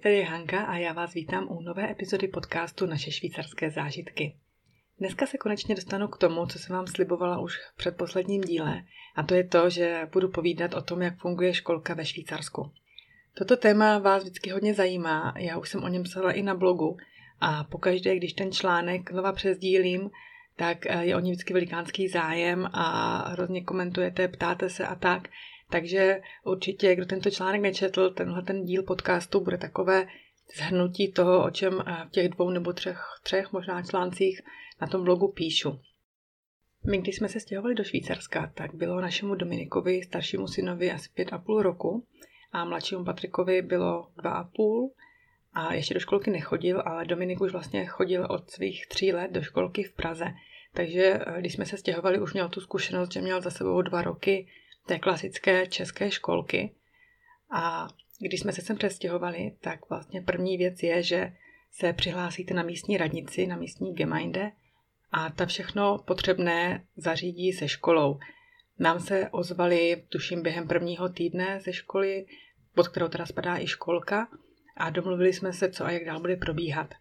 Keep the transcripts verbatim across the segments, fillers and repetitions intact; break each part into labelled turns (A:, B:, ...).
A: tady je Hanka a já vás vítám u nové epizody podcastu Naše švýcarské zážitky. Dneska se konečně dostanu k tomu, co jsem vám slibovala už v předposledním díle, a to je to, že budu povídat o tom, jak funguje školka ve Švýcarsku. Toto téma vás vždycky hodně zajímá, já už jsem o něm psala i na blogu a pokaždé, když ten článek znova přesdílím, tak je o něm vždycky velikánský zájem a hrozně komentujete, ptáte se a tak. Takže určitě, kdo tento článek nečetl, tenhle ten díl podcastu bude takové shrnutí toho, o čem v těch dvou nebo třech, třech možná článcích na tom blogu píšu. My, když jsme se stěhovali do Švýcarska, tak bylo našemu Dominikovi, staršímu synovi, asi pět a půl roku a mladšímu Patrikovi bylo dva a půl a ještě do školky nechodil, ale Dominik už vlastně chodil od svých tří let do školky v Praze. Takže když jsme se stěhovali, už měl tu zkušenost, že měl za sebou dva roky té klasické české školky. A když jsme se sem přestěhovali, tak vlastně první věc je, že se přihlásíte na místní radnici, na místní Gemeinde a ta všechno potřebné zařídí se školou. Nám se ozvali, tuším, během prvního týdne ze školy, pod kterou teda spadá i školka, a domluvili jsme se, co a jak dál bude probíhat.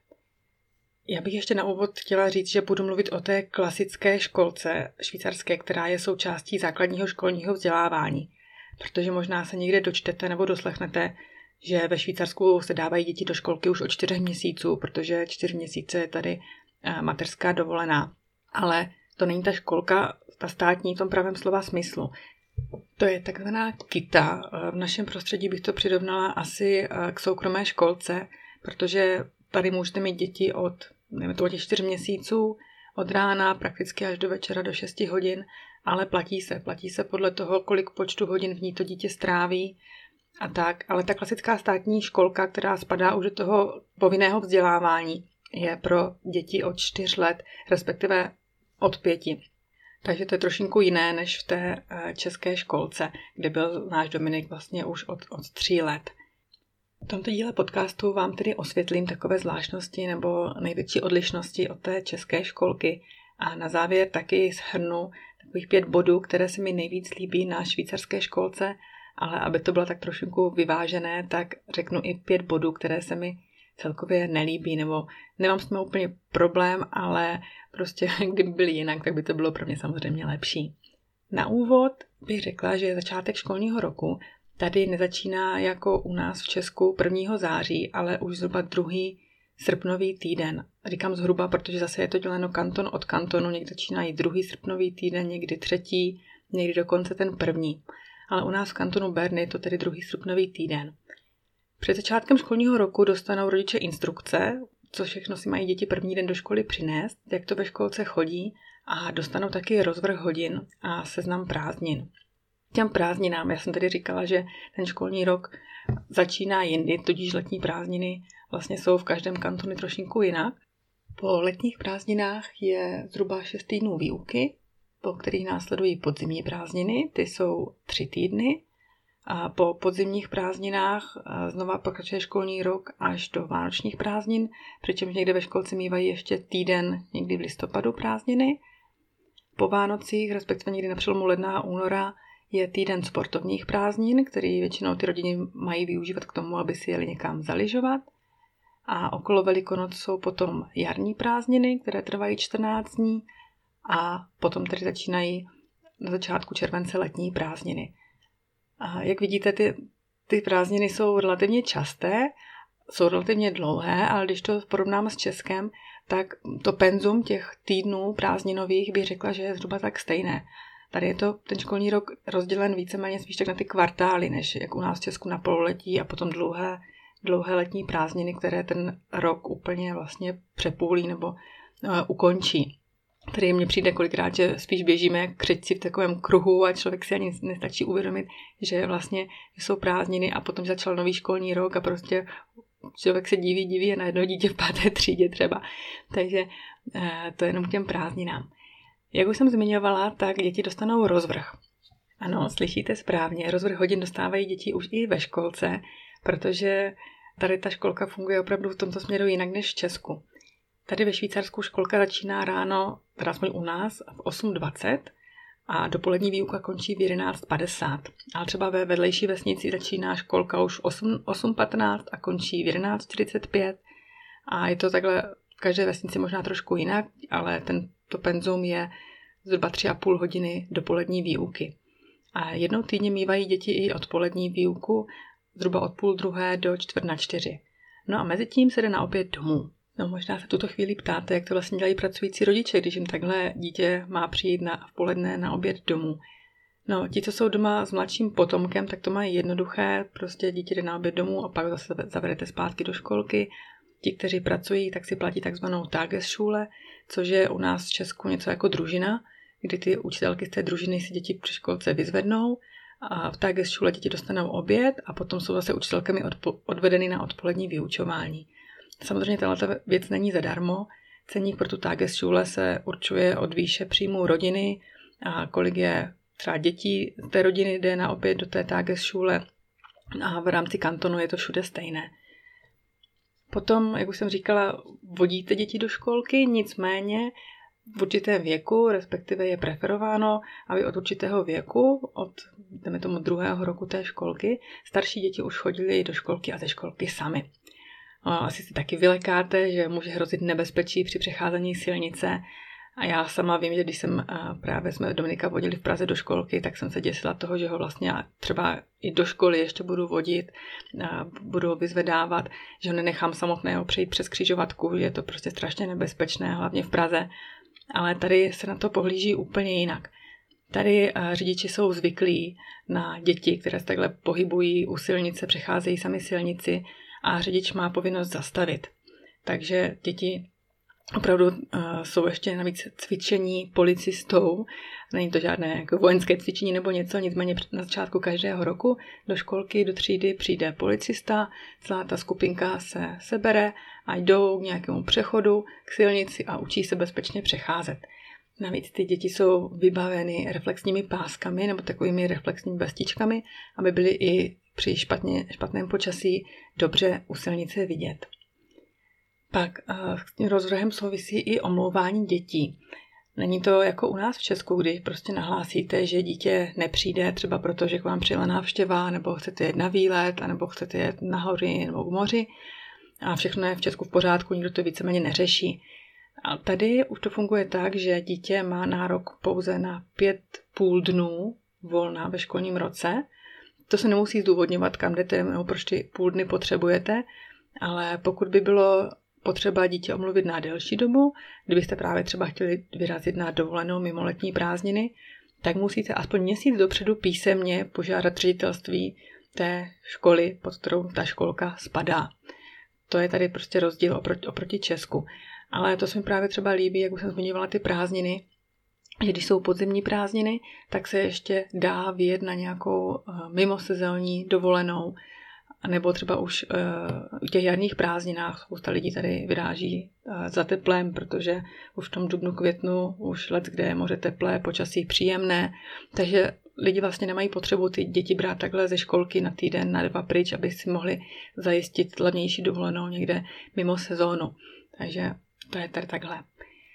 A: Já bych ještě na úvod chtěla říct, že budu mluvit o té klasické školce švýcarské, která je součástí základního školního vzdělávání. Protože možná se někde dočtete nebo doslechnete, že ve Švýcarsku se dávají děti do školky už od čtyřech měsíců, protože čtyři měsíce je tady mateřská dovolená. Ale to není ta školka, ta státní v tom pravém slova smyslu. To je takzvaná kita. V našem prostředí bych to přirovnala asi k soukromé školce, protože tady můžete mít děti od, nevím, to od těch čtyř měsíců, od rána prakticky až do večera do šesti hodin, ale platí se. Platí se podle toho, kolik počtu hodin v ní to dítě stráví a tak. Ale ta klasická státní školka, která spadá už do toho povinného vzdělávání, je pro děti od čtyř let, respektive od pěti. Takže to je trošinku jiné než v té české školce, kde byl náš Dominik vlastně už od, od tří let. V tomto díle podcastu vám tedy osvětlím takové zvláštnosti nebo největší odlišnosti od té české školky a na závěr taky shrnu takových pět bodů, které se mi nejvíc líbí na švýcarské školce, ale aby to bylo tak trošku vyvážené, tak řeknu i pět bodů, které se mi celkově nelíbí, nebo nemám s tím úplně problém, ale prostě kdyby byly jinak, tak by to bylo pro mě samozřejmě lepší. Na úvod bych řekla, že začátek školního roku tady nezačíná jako u nás v Česku prvního září, ale už zhruba druhý srpnový týden. Říkám zhruba, protože zase je to děleno kanton od kantonu, někdy začínají druhý srpnový týden, někdy třetí, někdy dokonce ten první. Ale u nás v kantonu Bern je to tedy druhý srpnový týden. Před začátkem školního roku dostanou rodiče instrukce, co všechno si mají děti první den do školy přinést, jak to ve školce chodí, a dostanou taky rozvrh hodin a seznam prázdnin. Těm prázdninám, já jsem tedy říkala, že ten školní rok začíná jindy, tudíž letní prázdniny vlastně jsou v každém kantonu trošinku jinak. Po letních prázdninách je zhruba šest týdnů výuky, po kterých následují podzimní prázdniny, ty jsou tři týdny. A po podzimních prázdninách znova pokračuje školní rok až do vánočních prázdnin, přičemž někde ve školce mívají ještě týden, někdy v listopadu prázdniny. Po Vánocích, respektive někdy na přelomu ledna a února, je týden sportovních prázdnin, který většinou ty rodiny mají využívat k tomu, aby si jeli někam zalyžovat. A okolo Velikonoc jsou potom jarní prázdniny, které trvají čtrnáct dní, a potom tedy začínají na začátku července letní prázdniny. A jak vidíte, ty, ty prázdniny jsou relativně časté, jsou relativně dlouhé, ale když to porovnáme s Českem, tak to penzum těch týdnů prázdninových bych řekla, že je zhruba tak stejné. Tady je to ten školní rok rozdělen víceméně spíš tak na ty kvartály, než jak u nás v Česku na pololetí a potom dlouhé, dlouhé letní prázdniny, které ten rok úplně vlastně přepůlí nebo uh, ukončí. Tady mně přijde kolikrát, že spíš běžíme jak křečci v takovém kruhu a člověk si ani nestačí uvědomit, že vlastně jsou prázdniny a potom začal nový školní rok a prostě člověk se diví, diví a na jedno dítě v páté třídě třeba. Takže uh, to je jenom k těm prázdninám. Jak už jsem zmiňovala, tak děti dostanou rozvrh. Ano, slyšíte správně, rozvrh hodin dostávají děti už i ve školce, protože tady ta školka funguje opravdu v tomto směru jinak než v Česku. Tady ve Švýcarsku školka začíná ráno, teda aspoň u nás, v osm dvacet a dopolední výuka končí v jedenáct padesát. Ale třeba ve vedlejší vesnici začíná školka už osm patnáct a končí v jedenáct čtyřicet pět. A je to takhle v každé vesnici možná trošku jinak, ale tento penzum je zhruba tři a půl hodiny dopolední výuky. A jednou týdně mívají děti i odpolední výuku, zhruba od půl druhé do čtvrt na čtyři. No a mezi tím se jde na oběd domů. No možná se v tuto chvíli ptáte, jak to vlastně dělají pracující rodiče, když jim takhle dítě má přijít na, v poledne na oběd domů. No, ti, co jsou doma s mladším potomkem, tak to mají jednoduché, prostě dítě jde na oběd domů a pak zase zavedete zpátky do školky. Ti, kteří pracují, tak si platí takzvanou Tagesschule, což je u nás v Česku něco jako družina, kdy ty učitelky z té družiny si děti při školce vyzvednou a v Tagesschule děti dostanou oběd a potom jsou zase učitelkami odpo- odvedeny na odpolední vyučování. Samozřejmě tato věc není zadarmo. Ceník pro tu Tagesschule se určuje od výše příjmu rodiny a kolik je třeba dětí z té rodiny jde na oběd do té Tagesschule a v rámci kantonu je to všude stejné. Potom, jak už jsem říkala, vodíte děti do školky, nicméně v určitém věku, respektive je preferováno, aby od určitého věku, od jdeme tomu druhého roku té školky, starší děti už chodily do školky a ze školky sami. Asi si taky vylekáte, že může hrozit nebezpečí při přecházení silnice. A já sama vím, že když jsem právě jsme Dominika vodili v Praze do školky, tak jsem se děsila toho, že ho vlastně třeba i do školy ještě budu vodit, budu ho vyzvedávat, že ho nenechám samotného přejít přes křižovatku, že je to prostě strašně nebezpečné, hlavně v Praze. Ale tady se na to pohlíží úplně jinak. Tady řidiči jsou zvyklí na děti, které se takhle pohybují u silnice, přecházejí sami silnici a řidič má povinnost zastavit. Takže děti opravdu uh, jsou ještě navíc cvičení policistou. Není to žádné jako vojenské cvičení nebo něco, nicméně na začátku každého roku do školky, do třídy přijde policista, celá ta skupinka se sebere a jdou k nějakému přechodu k silnici a učí se bezpečně přecházet. Navíc ty děti jsou vybaveny reflexními páskami nebo takovými reflexními vestičkami, aby byly i při špatně, špatném počasí dobře u silnice vidět. Pak s tím rozvrhem souvisí i omlouvání dětí. Není to jako u nás v Česku, kdy prostě nahlásíte, že dítě nepřijde třeba proto, že k vám přijela návštěva, nebo chcete jet na výlet, nebo chcete jet na hory nebo k moři a všechno je v Česku v pořádku, nikdo to víceméně neřeší. A tady už to funguje tak, že dítě má nárok pouze na pět půl dnů volna ve školním roce. To se nemusí zdůvodňovat, kam jdete nebo proč ty půl dny potřebujete, ale pokud by bylo potřeba dítě omluvit na delší dobu, kdybyste právě třeba chtěli vyrazit na dovolenou mimo letní prázdniny, tak musíte aspoň měsíc dopředu písemně požádat ředitelství té školy, pod kterou ta školka spadá. To je tady prostě rozdíl oproti, oproti Česku. Ale to se mi právě třeba líbí, jak už jsem zmiňovala ty prázdniny, že když jsou podzimní prázdniny, tak se ještě dá vyjet na nějakou mimosezónní dovolenou, nebo třeba už v těch jarních prázdninách spousta lidí tady vyráží za teplem, protože už v tom dubnu, květnu už let, kde je moře teplé, počasí příjemné, takže lidi vlastně nemají potřebu ty děti brát takhle ze školky na týden, na dva pryč, aby si mohli zajistit levnější dovolenou někde mimo sezónu. Takže to je tady takhle.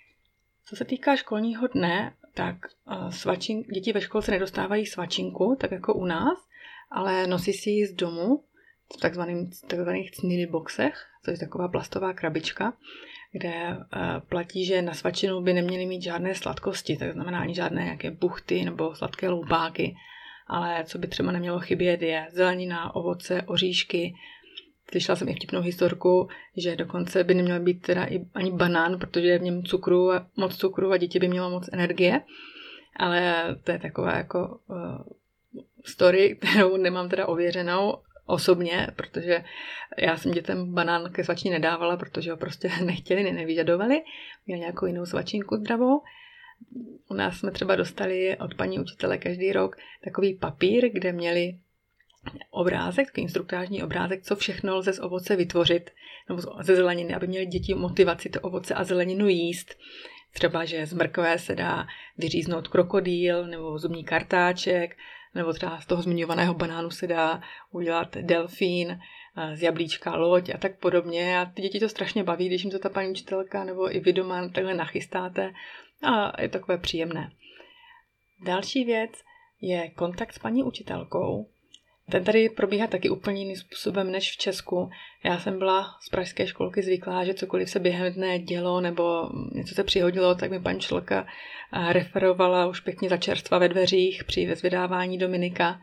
A: Co se týká školního dne, tak svačin, děti ve školce nedostávají svačinku, tak jako u nás, ale nosí si ji z domu v takzvaných, takzvaných cnily boxech, což je taková plastová krabička, kde platí, že na svačinu by neměly mít žádné sladkosti, tak znamená ani žádné nějaké buchty nebo sladké loupáky, ale co by třeba nemělo chybět je zelenina, ovoce, oříšky. Slyšela jsem i vtipnou historku, že dokonce by neměl být teda i ani banán, protože je v něm cukru, moc cukru a dítě by mělo moc energie. Ale to je taková jako uh, story, kterou nemám teda ověřenou osobně, protože já jsem dětem banán ke svačině nedávala, protože ho prostě nechtěli, nevyžadovali. Měli nějakou jinou svačinku zdravou. U nás jsme třeba dostali od paní učitele každý rok takový papír, kde měli obrázek, takový instruktážní obrázek, co všechno lze z ovoce vytvořit, nebo ze zeleniny, aby měli děti motivaci to ovoce a zeleninu jíst. Třeba, že z mrkve se dá vyříznout krokodýl nebo zubní kartáček, nebo třeba z toho zmiňovaného banánu se dá udělat delfín, z jablíčka loď a tak podobně. A ty děti to strašně baví, když jim to ta paní učitelka nebo i vy doma takhle nachystáte a je takové příjemné. Další věc je kontakt s paní učitelkou. Ten tady probíhá taky úplně jiným způsobem než v Česku. Já jsem byla z pražské školky zvyklá, že cokoliv se během dne dělo nebo něco se přihodilo, tak mi paní učitelka referovala už pěkně za čerstva ve dveřích při vyzvedávání Dominika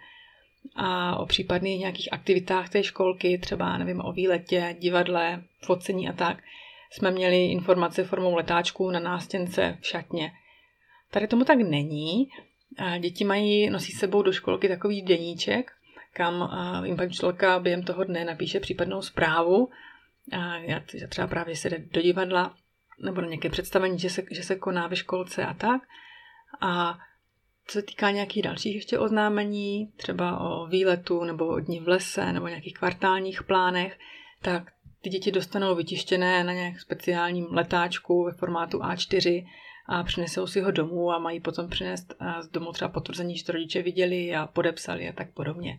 A: a o případných nějakých aktivitách té školky, třeba nevím, o výletě, divadle, focení a tak, jsme měli informace formou letáčků na nástěnce v šatně. Tady tomu tak není. Děti mají, nosí s sebou do školky takový deníček, kam jim paní učitelka během toho dne napíše případnou zprávu. Já třeba právě se jde do divadla nebo na nějaké představení, že se, že se koná ve školce a tak. A co se týká nějakých dalších ještě oznámení, třeba o výletu nebo o dní v lese nebo nějakých kvartálních plánech, tak ty děti dostanou vytištěné na nějak speciálním letáčku ve formátu á čtyři a přinesou si ho domů a mají potom přinést z domu třeba potvrzení, že to rodiče viděli a podepsali a tak podobně.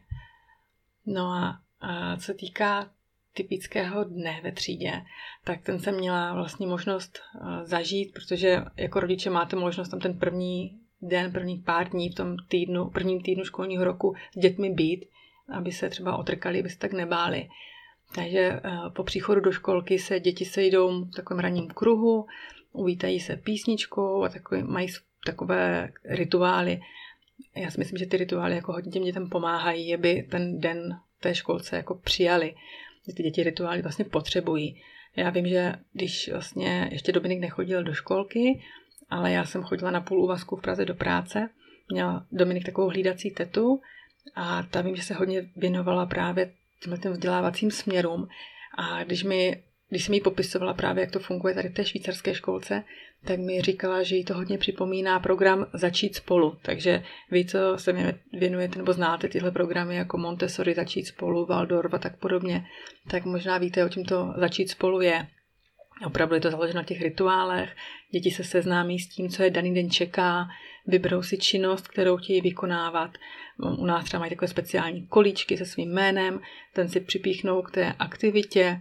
A: No a, a co se týká typického dne ve třídě, tak ten jsem měla vlastně možnost zažít, protože jako rodiče máte možnost tam ten první den, první pár dní v tom týdnu, prvním týdnu školního roku s dětmi být, aby se třeba otrkali, aby se tak nebáli. Takže po příchodu do školky se děti sejdou v takovém ranním kruhu, uvítají se písničkou a takový, mají takové rituály. Já si myslím, že ty rituály jako hodně těm dětem pomáhají, aby ten den v té školce jako přijali. Ty děti rituály vlastně potřebují. Já vím, že když vlastně ještě Dominik nechodil do školky, ale já jsem chodila na půl úvazku v Praze do práce, měl Dominik takovou hlídací tetu a ta vím, že se hodně věnovala právě těmhle vzdělávacím směrům a když mi Když jsem jí popisovala právě, jak to funguje tady v té švýcarské školce, tak mi říkala, že jí to hodně připomíná program Začít spolu. Takže vy, co se mi věnujete nebo znáte tyhle programy jako Montessori, Začít spolu, Waldorf a tak podobně, tak možná víte, o čem to Začít spolu je. Opravdu je to založeno na těch rituálech. Děti se seznámí s tím, co je daný den čeká, vyberou si činnost, kterou chtějí vykonávat. U nás třeba mají takové speciální kolíčky se svým jménem, ten si připíchnou k té aktivitě,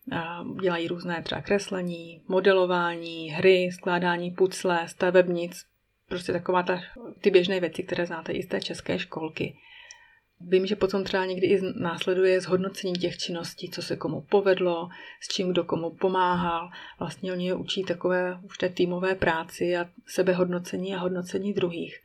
A: dělají různé třeba kreslení, modelování, hry, skládání pucle, stavebnic, prostě taková ta, ty běžné věci, které znáte i z té české školky. Vím, že potom třeba někdy i následuje zhodnocení těch činností, co se komu povedlo, s čím kdo komu pomáhal. Vlastně oni je učí takové už té týmové práci a sebehodnocení a hodnocení druhých.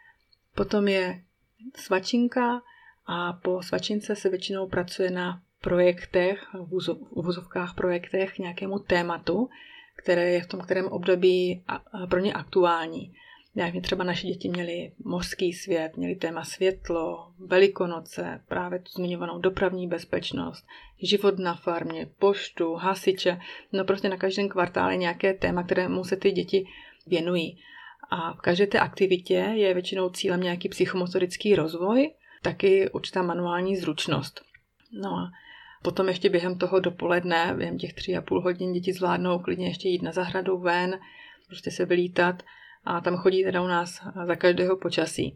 A: Potom je svačinka a po svačince se většinou pracuje na projektech, v uvozovkách projektech nějakému tématu, které je v tom kterém období pro ně aktuální. Jak třeba naše děti měly mořský svět, měly téma světlo, Velikonoce, právě tu zmiňovanou dopravní bezpečnost, život na farmě, poštu, hasiče, no prostě na každém kvartále nějaké téma, kterému se ty děti věnují. A v každé té aktivitě je většinou cílem nějaký psychomotorický rozvoj, taky určitá manuální zručnost. No a potom ještě během toho dopoledne, během těch tři a půl hodin děti zvládnou klidně ještě jít na zahradu ven, prostě se vylítat a tam chodí teda u nás za každého počasí.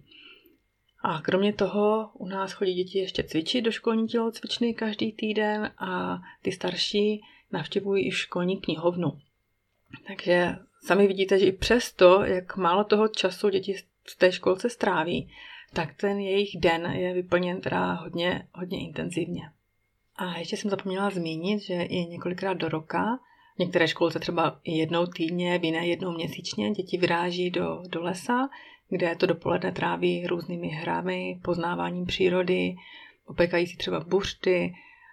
A: A kromě toho u nás chodí děti ještě cvičit do školní tělocvičny každý týden a ty starší navštěvují i školní knihovnu. Takže sami vidíte, že i přesto, jak málo toho času děti v té školce stráví, tak ten jejich den je vyplněn teda hodně, hodně intenzivně. A ještě jsem zapomněla zmínit, že i několikrát do roka, v některé školce třeba jednou týdně, v jiné jednou měsíčně, děti vyráží do, do lesa, kde to dopoledne tráví různými hrami, poznáváním přírody, opekají si třeba buřty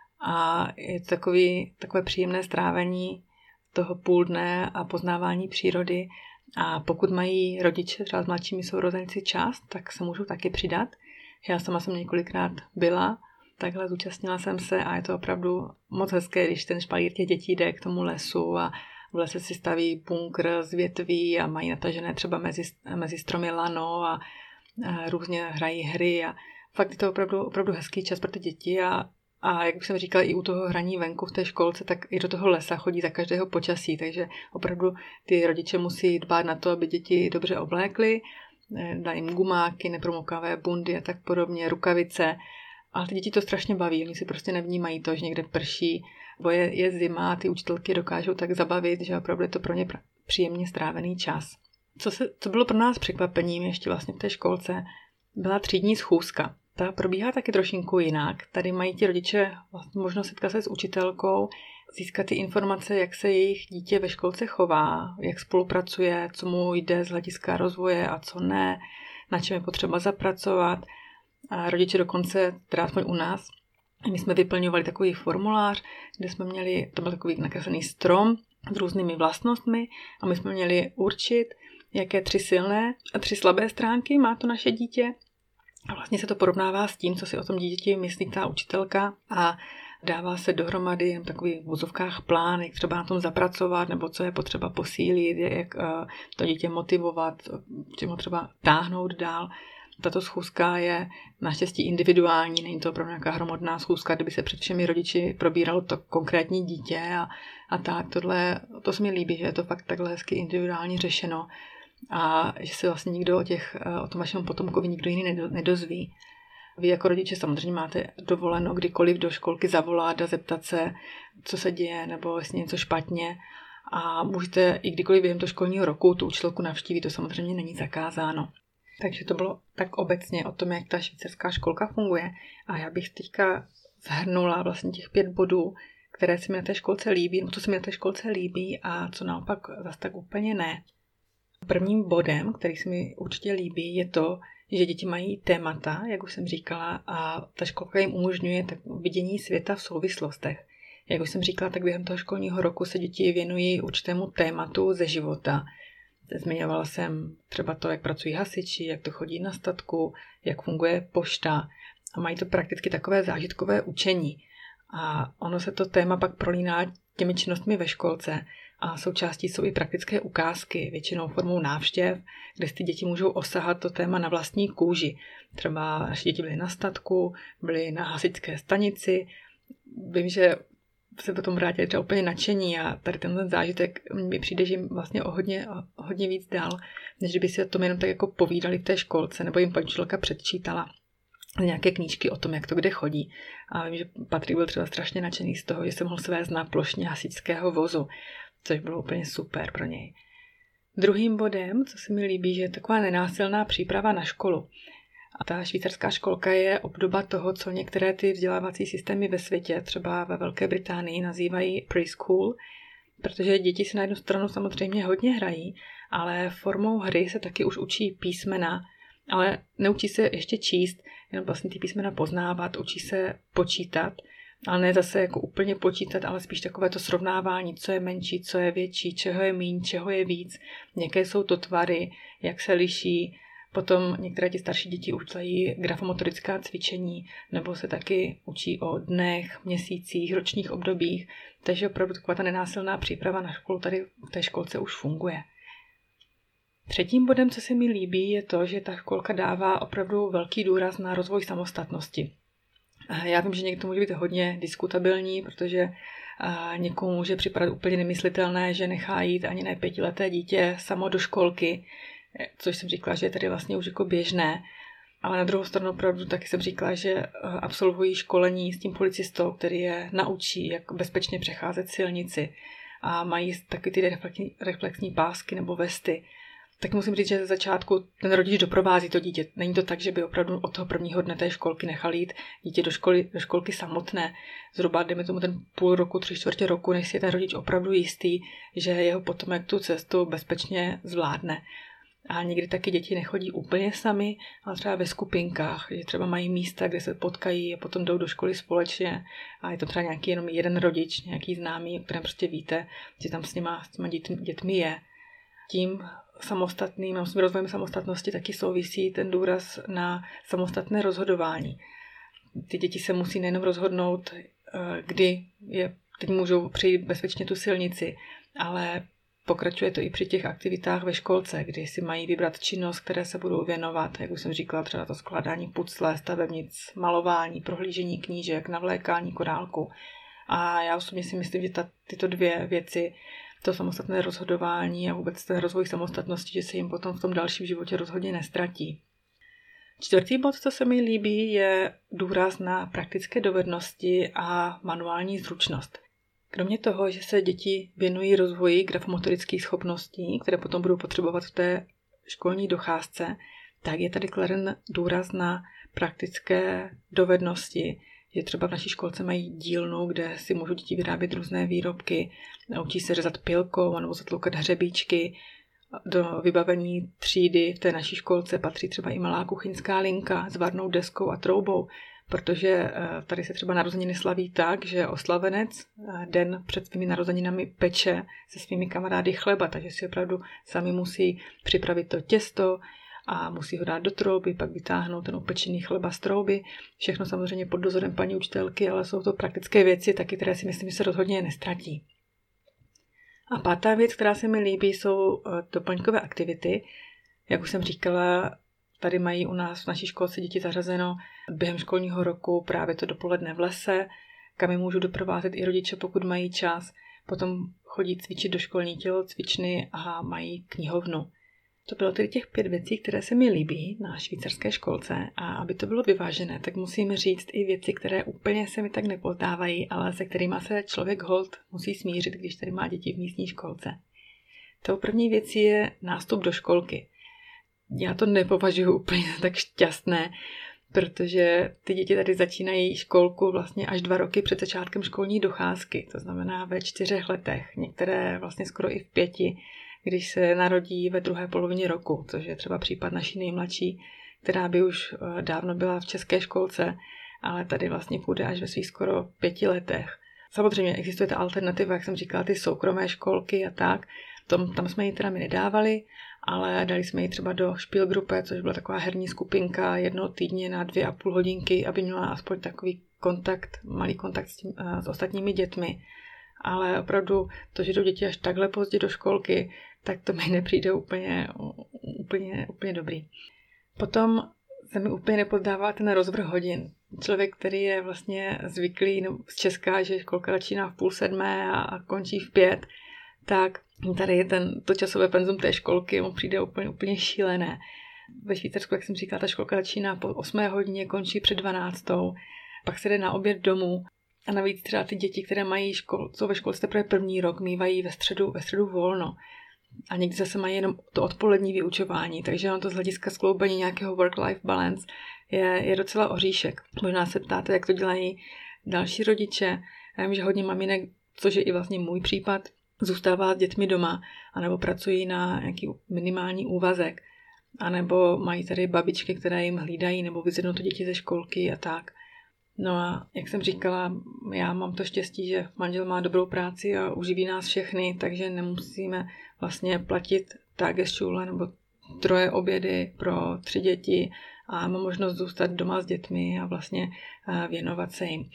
A: a je to takový, takové příjemné strávení toho půl dne a poznávání přírody. A pokud mají rodiče, třeba s mladšími sourozenci čas, tak se můžou taky přidat. Já sama jsem několikrát byla, takhle zúčastnila jsem se a je to opravdu moc hezké, když ten špalír těch dětí jde k tomu lesu a v lese si staví bunkr z větví a mají natažené třeba mezi, mezi stromy lano a, a různě hrají hry a fakt je to opravdu, opravdu hezký čas pro ty děti a, a jak už jsem říkala, i u toho hraní venku v té školce, tak i do toho lesa chodí za každého počasí, takže opravdu ty rodiče musí dbát na to, aby děti dobře oblékly, dají jim gumáky, nepromokavé bundy a tak podobně, rukavice. Ale ty děti to strašně baví, oni si prostě nevnímají to, že někde prší, bo je, je zima a ty učitelky dokážou tak zabavit, že opravdu je to pro ně příjemně strávený čas. Co, se, co bylo pro nás překvapením ještě vlastně v té školce, byla třídní schůzka. Ta probíhá taky trošinku jinak. Tady mají ti rodiče vlastně možnost setkat se s učitelkou, získat ty informace, jak se jejich dítě ve školce chová, jak spolupracuje, co mu jde z hlediska rozvoje a co ne, na čem je potřeba zapracovat. A rodiče dokonce, teda aspoň u nás, my jsme vyplňovali takový formulář, kde jsme měli, to byl takový nakreslený strom s různými vlastnostmi a my jsme měli určit, jaké tři silné a tři slabé stránky má to naše dítě. A vlastně se to porovnává s tím, co si o tom dítěti myslí ta učitelka a dává se dohromady jen takový v vozovkách plán, jak třeba na tom zapracovat, nebo co je potřeba posílit, jak to dítě motivovat, čím ho třeba táhnout dál. Tato schůzka je naštěstí individuální, není to opravdu nějaká hromadná schůzka, kdyby se před všemi rodiči probíralo to konkrétní dítě a, a tak. Tohle, to se mi líbí, že je to fakt takhle hezky individuálně řešeno a že se vlastně nikdo o, těch, o tom vašem potomkovi nikdo jiný nedozví. Vy jako rodiče samozřejmě máte dovoleno kdykoliv do školky zavolat a zeptat se, co se děje, nebo jestli něco špatně. A můžete i kdykoliv během toho školního roku tu učitelku navštívit, to samozřejmě není zakázáno. Takže to bylo tak obecně o tom, jak ta švýcarská školka funguje. A já bych teďka shrnula vlastně těch pět bodů, které se mi na té školce líbí, nebo co se mi na té školce líbí a co naopak zase tak úplně ne. Prvním bodem, který se mi určitě líbí, je to, že děti mají témata, jak už jsem říkala, a ta školka jim umožňuje tak vidění světa v souvislostech. Jak už jsem říkala, tak během toho školního roku se děti věnují určitému tématu ze života. Zmiňovala jsem třeba to, jak pracují hasiči, jak to chodí na statku, jak funguje pošta a mají to prakticky takové zážitkové učení. A ono se to téma pak prolíná těmi činnostmi ve školce a součástí jsou i praktické ukázky, většinou formou návštěv, kde si ty děti můžou osahat to téma na vlastní kůži. Třeba naše děti byly na statku, byly na hasičské stanici. Vím, že se potom vrátili třeba úplně nadšení a tady tenhle zážitek mi přijde, že jim vlastně o hodně, o hodně víc dál, než kdyby si o tom jenom tak jako povídali v té školce, nebo jim paní učitelka předčítala nějaké knížky o tom, jak to kde chodí. A vím, že Patrik byl třeba strašně nadšený z toho, že se mohl svést na plošně hasičského vozu, což bylo úplně super pro něj. Druhým bodem, co se mi líbí, že je taková nenásilná příprava na školu. A ta švýcarská školka je obdoba toho, co některé ty vzdělávací systémy ve světě, třeba ve Velké Británii, nazývají preschool, protože děti si na jednu stranu samozřejmě hodně hrají, ale formou hry se taky už učí písmena, ale neučí se ještě číst, jenom vlastně ty písmena poznávat, učí se počítat, ale ne zase jako úplně počítat, ale spíš takové to srovnávání, co je menší, co je větší, čeho je míň, čeho je víc, jaké jsou to tvary, jak se liší. Potom některé ti starší děti učí grafomotorická cvičení, nebo se taky učí o dnech, měsících, ročních obdobích, takže opravdu taková ta nenásilná příprava na školu tady v té školce už funguje. Třetím bodem, co se mi líbí, je to, že ta školka dává opravdu velký důraz na rozvoj samostatnosti. Já vím, že někdo to může být hodně diskutabilní, protože někomu může připadat úplně nemyslitelné, že nechá jít ani ne pětileté dítě samo do školky, což jsem říkala, že je tady vlastně už jako běžné. Ale na druhou stranu opravdu taky jsem říkala, že absolvují školení s tím policistou, který je naučí, jak bezpečně přecházet silnici a mají taky ty reflexní, reflexní pásky nebo vesty. Tak musím říct, že ze začátku ten rodič doprovází to dítě. Není to tak, že by opravdu od toho prvního dne té školky nechal jít dítě do, školy, do školky samotné. Zhruba, dejme tomu ten půl roku, tři čtvrtě roku, než si je ten rodič opravdu jistý, že jeho potomek tu cestu bezpečně zvládne. A někdy taky děti nechodí úplně sami, ale třeba ve skupinkách, že třeba mají místa, kde se potkají a potom jdou do školy společně a je to třeba nějaký jenom jeden rodič, nějaký známý, o kterém prostě víte, že tam s těma, s těma dětmi, dětmi je. Tím samostatným, s rozvojem samostatnosti taky souvisí ten důraz na samostatné rozhodování. Ty děti se musí nejenom rozhodnout, kdy je, teď můžou přejít bezpečně tu silnici, ale pokračuje to i při těch aktivitách ve školce, kdy si mají vybrat činnost, které se budou věnovat, jak už jsem říkala, třeba to skládání pucle, stavebnic, malování, prohlížení knížek, navlékání korálku. A já osobně si myslím, že ta, tyto dvě věci, to samostatné rozhodování a vůbec ten rozvoj samostatnosti, že se jim potom v tom dalším životě rozhodně nestratí. Čtvrtý bod, co se mi líbí, je důraz na praktické dovednosti a manuální zručnost. Kromě toho, že se děti věnují rozvoji grafomotorických schopností, které potom budou potřebovat v té školní docházce, tak je tady kladen důraz na praktické dovednosti, že třeba v naší školce mají dílnu, kde si můžou děti vyrábět různé výrobky, naučí se řezat pilkou nebo zatloukat hřebíčky. Do vybavení třídy v té naší školce patří třeba i malá kuchyňská linka s varnou deskou a troubou, protože tady se třeba narozeniny slaví tak, že oslavenec den před svými narozeninami peče se svými kamarády chleba, takže si opravdu sami musí připravit to těsto a musí ho dát do trouby, pak vytáhnout ten upečený chleba z trouby. Všechno samozřejmě pod dozorem paní učitelky, ale jsou to praktické věci, taky, které si myslím, že se rozhodně nestratí. A pátá věc, která se mi líbí, jsou doplňkové aktivity. Jak už jsem říkala, tady mají u nás v naší školce děti zařazeno během školního roku právě to dopoledne v lese, kam je můžu doprovázet i rodiče, pokud mají čas. Potom chodí cvičit do školní tělocvičny a mají knihovnu. To bylo tedy těch pět věcí, které se mi líbí na švýcarské školce, a aby to bylo vyvážené, tak musím říct i věci, které úplně se mi tak nepozdávají, ale se kterými se člověk holt musí smířit, když tady má děti v místní školce. Tou první věcí je nástup do školky. Já to nepovažuji úplně tak šťastné, protože ty děti tady začínají školku vlastně až dva roky před začátkem školní docházky, to znamená ve čtyřech letech, některé vlastně skoro i v pěti, když se narodí ve druhé polovině roku, což je třeba případ naší nejmladší, která by už dávno byla v české školce, ale tady vlastně půjde až ve svých skoro pěti letech. Samozřejmě existuje ta alternativa, jak jsem říkala, ty soukromé školky a tak, Tom, tam jsme ji teda my nedávali, ale dali jsme ji třeba do Spielgruppe, což byla taková herní skupinka jednou týdně na dvě a půl hodinky, aby měla aspoň takový kontakt, malý kontakt s, tím, s ostatními dětmi. Ale opravdu to, že jdou děti až takhle pozdě do školky, tak to mi nepřijde úplně, úplně, úplně dobrý. Potom se mi úplně nepozdává ten rozvrh hodin. Člověk, který je vlastně zvyklý no, z Česka, že školka začíná v půl sedmé a, a končí v pět, tak tady je ten, to časové penzum té školky, mu přijde úplně, úplně šílené. Ve Švýcarsku, jak jsem říkala, ta školka začíná po osmé hodině, končí před dvanáctou, pak se jde na oběd domů. A navíc třeba ty děti, které mají škol, jsou ve školce teprve první rok, mívají ve středu, ve středu volno. A někdy zase mají jenom to odpolední vyučování, takže on to z hlediska skloubení nějakého work-life balance je, je docela oříšek. Možná se ptáte, jak to dělají další rodiče. Já vím, že hodně maminek, což je i vlastně můj případ, zůstává s dětmi doma, anebo pracují na nějaký minimální úvazek, anebo mají tady babičky, které jim hlídají, nebo vyzvednou to děti ze školky a tak. No a jak jsem říkala, já mám to štěstí, že manžel má dobrou práci a uživí nás všechny, takže nemusíme vlastně platit Tagesschule nebo troje obědy pro tři děti a mám možnost zůstat doma s dětmi a vlastně věnovat se jim.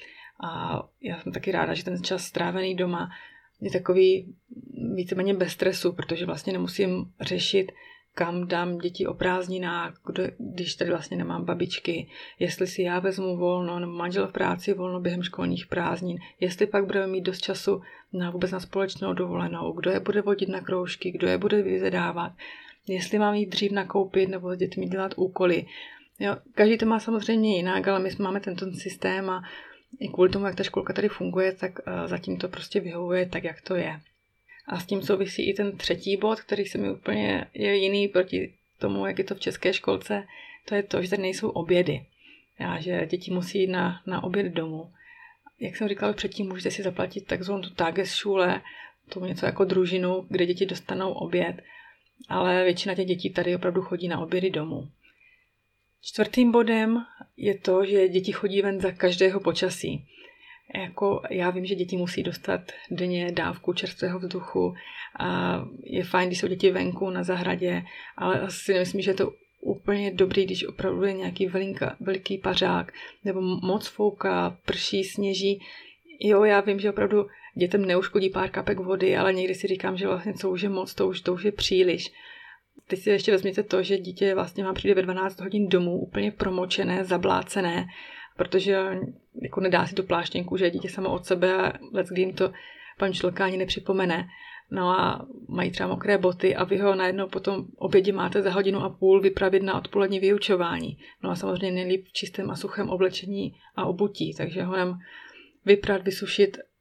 A: A já jsem taky ráda, že ten čas strávený doma je takový víceméně bez stresu, protože vlastně nemusím řešit, kam dám děti o prázdninách, když tady vlastně nemám babičky, jestli si já vezmu volno, nebo manžel v práci volno během školních prázdnin, jestli pak budeme mít dost času na vůbec na společnou dovolenou, kdo je bude vodit na kroužky, kdo je bude vyzedávat, jestli mám jít dřív nakoupit nebo s dětmi dělat úkoly. Jo, každý to má samozřejmě jinak, ale my máme tento systém a i kvůli tomu, jak ta školka tady funguje, tak zatím to prostě vyhovuje tak, jak to je. A s tím souvisí i ten třetí bod, který se mi úplně je jiný proti tomu, jak je to v české školce. To je to, že tady nejsou obědy. A že děti musí jít na, na oběd domů. Jak jsem říkala předtím, můžete si zaplatit takzvanou Tagesschule, to něco jako družinu, kde děti dostanou oběd. Ale většina těch dětí tady opravdu chodí na obědy domů. Čtvrtým bodem je to, že děti chodí ven za každého počasí. Jako já vím, že děti musí dostat denně dávku čerstvého vzduchu a je fajn, když jsou děti venku na zahradě, ale asi nemyslím, že je to úplně dobrý, když opravdu je nějaký velinka, veliký pařák nebo moc fouká, prší, sněží. Jo, já vím, že opravdu dětem neuškodí pár kapek vody, ale někdy si říkám, že vlastně co už je moc, to už, to už je příliš. Teď si ještě vezměte to, že dítě vlastně má přijde ve dvanáct hodin domů úplně promočené, zablácené, protože jako nedá si tu pláštěnku, že je dítě samo od sebe a leckdy jim to pan člověk ani nepřipomene. No a mají třeba mokré boty a vy ho najednou potom obědě máte za hodinu a půl vypravit na odpolední vyučování. No a samozřejmě nejlíp v čistém a suchém oblečení a obutí, takže ho nám vyprat, vysušit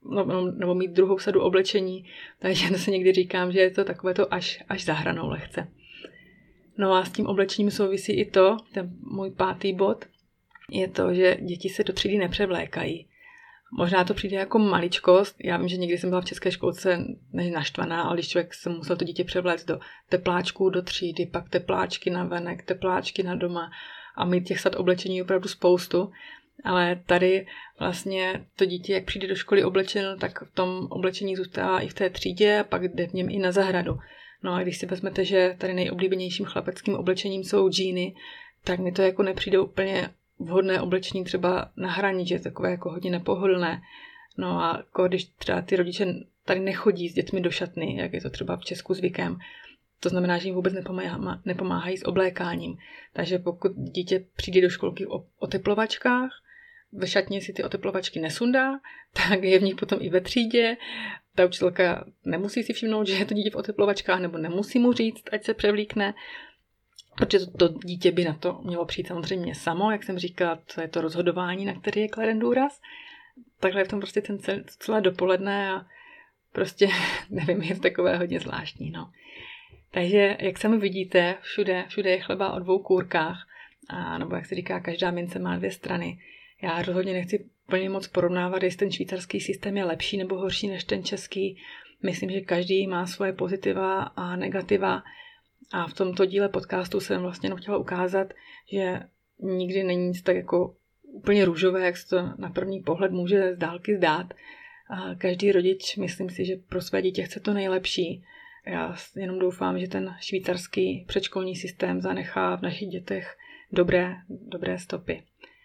A: no, nebo mít druhou sadu oblečení, takže to se někdy říkám, že je to takové to až, až za hranou lehce. No a s tím oblečením souvisí i to, ten můj pátý bod, je to, že děti se do třídy nepřevlékají. Možná to přijde jako maličkost. Já vím, že někdy jsem byla v české školce naštvaná, ale když člověk se musel to dítě převléct do tepláčků do třídy, pak tepláčky na venek, tepláčky na doma a mít těch sad oblečení opravdu spoustu. Ale tady vlastně to dítě, jak přijde do školy oblečeno, tak v tom oblečení zůstává i v té třídě a pak jde v něm i na zahradu. No a když si vezmete, že tady nejoblíbenějším chlapeckým oblečením jsou džíny, tak mi to jako nepřijde úplně vhodné oblečení třeba na hraní, že je takové jako hodně nepohodlné. No a jako když třeba ty rodiče tady nechodí s dětmi do šatny, jak je to třeba v Česku zvykem, to znamená, že jim vůbec nepomáhá, nepomáhají s oblékáním. Takže pokud dítě přijde do školky o oteplovačkách, ve šatně si ty oteplovačky nesundá, tak je v nich potom i ve třídě. Ta učitelka nemusí si všimnout, že je to dítě v oteplovačkách, nebo nemusí mu říct, ať se převlíkne, protože to, to dítě by na to mělo přijít samozřejmě samo, jak jsem říkala, to je to rozhodování, na který je kladen důraz. Takhle je v tom prostě ten cel, celé dopoledne a prostě, nevím, je to takové hodně zvláštní, no. Takže, jak sami vidíte, všude, všude je chleba o dvou kůrkách, a, nebo jak se říká, každá mince má dvě strany. Já rozhodně nechci plně moc porovnávat, jestli ten švýcarský systém je lepší nebo horší než ten český. Myslím, že každý má svoje pozitiva a negativa. A v tomto díle podcastu jsem vlastně jenom chtěla ukázat, že nikdy není nic tak jako úplně růžové, jak se to na první pohled může z dálky zdát. A každý rodič, myslím si, že pro své dítě chce to nejlepší. Já jenom doufám, že ten švýcarský předškolní systém zanechá v našich dětech dobré, dobré stopy.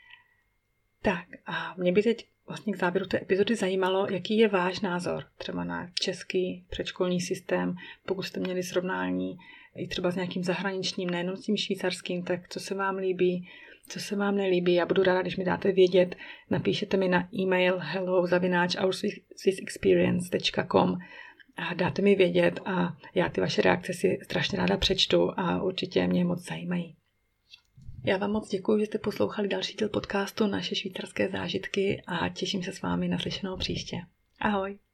A: Tak a mě by teď vlastně k závěru té epizody zajímalo, jaký je váš názor třeba na český předškolní systém, pokud jste měli srovnání i třeba s nějakým zahraničním, nejenom s tím švýcarským, tak co se vám líbí, co se vám nelíbí. Já budu ráda, když mi dáte vědět, napíšete mi na e-mail hello zavináč our swiss experience tečka com a dáte mi vědět a já ty vaše reakce si strašně ráda přečtu a určitě mě moc zajímají. Já vám moc děkuji, že jste poslouchali další díl podcastu Naše švýcarské zážitky a těším se s vámi na slyšenou příště. Ahoj!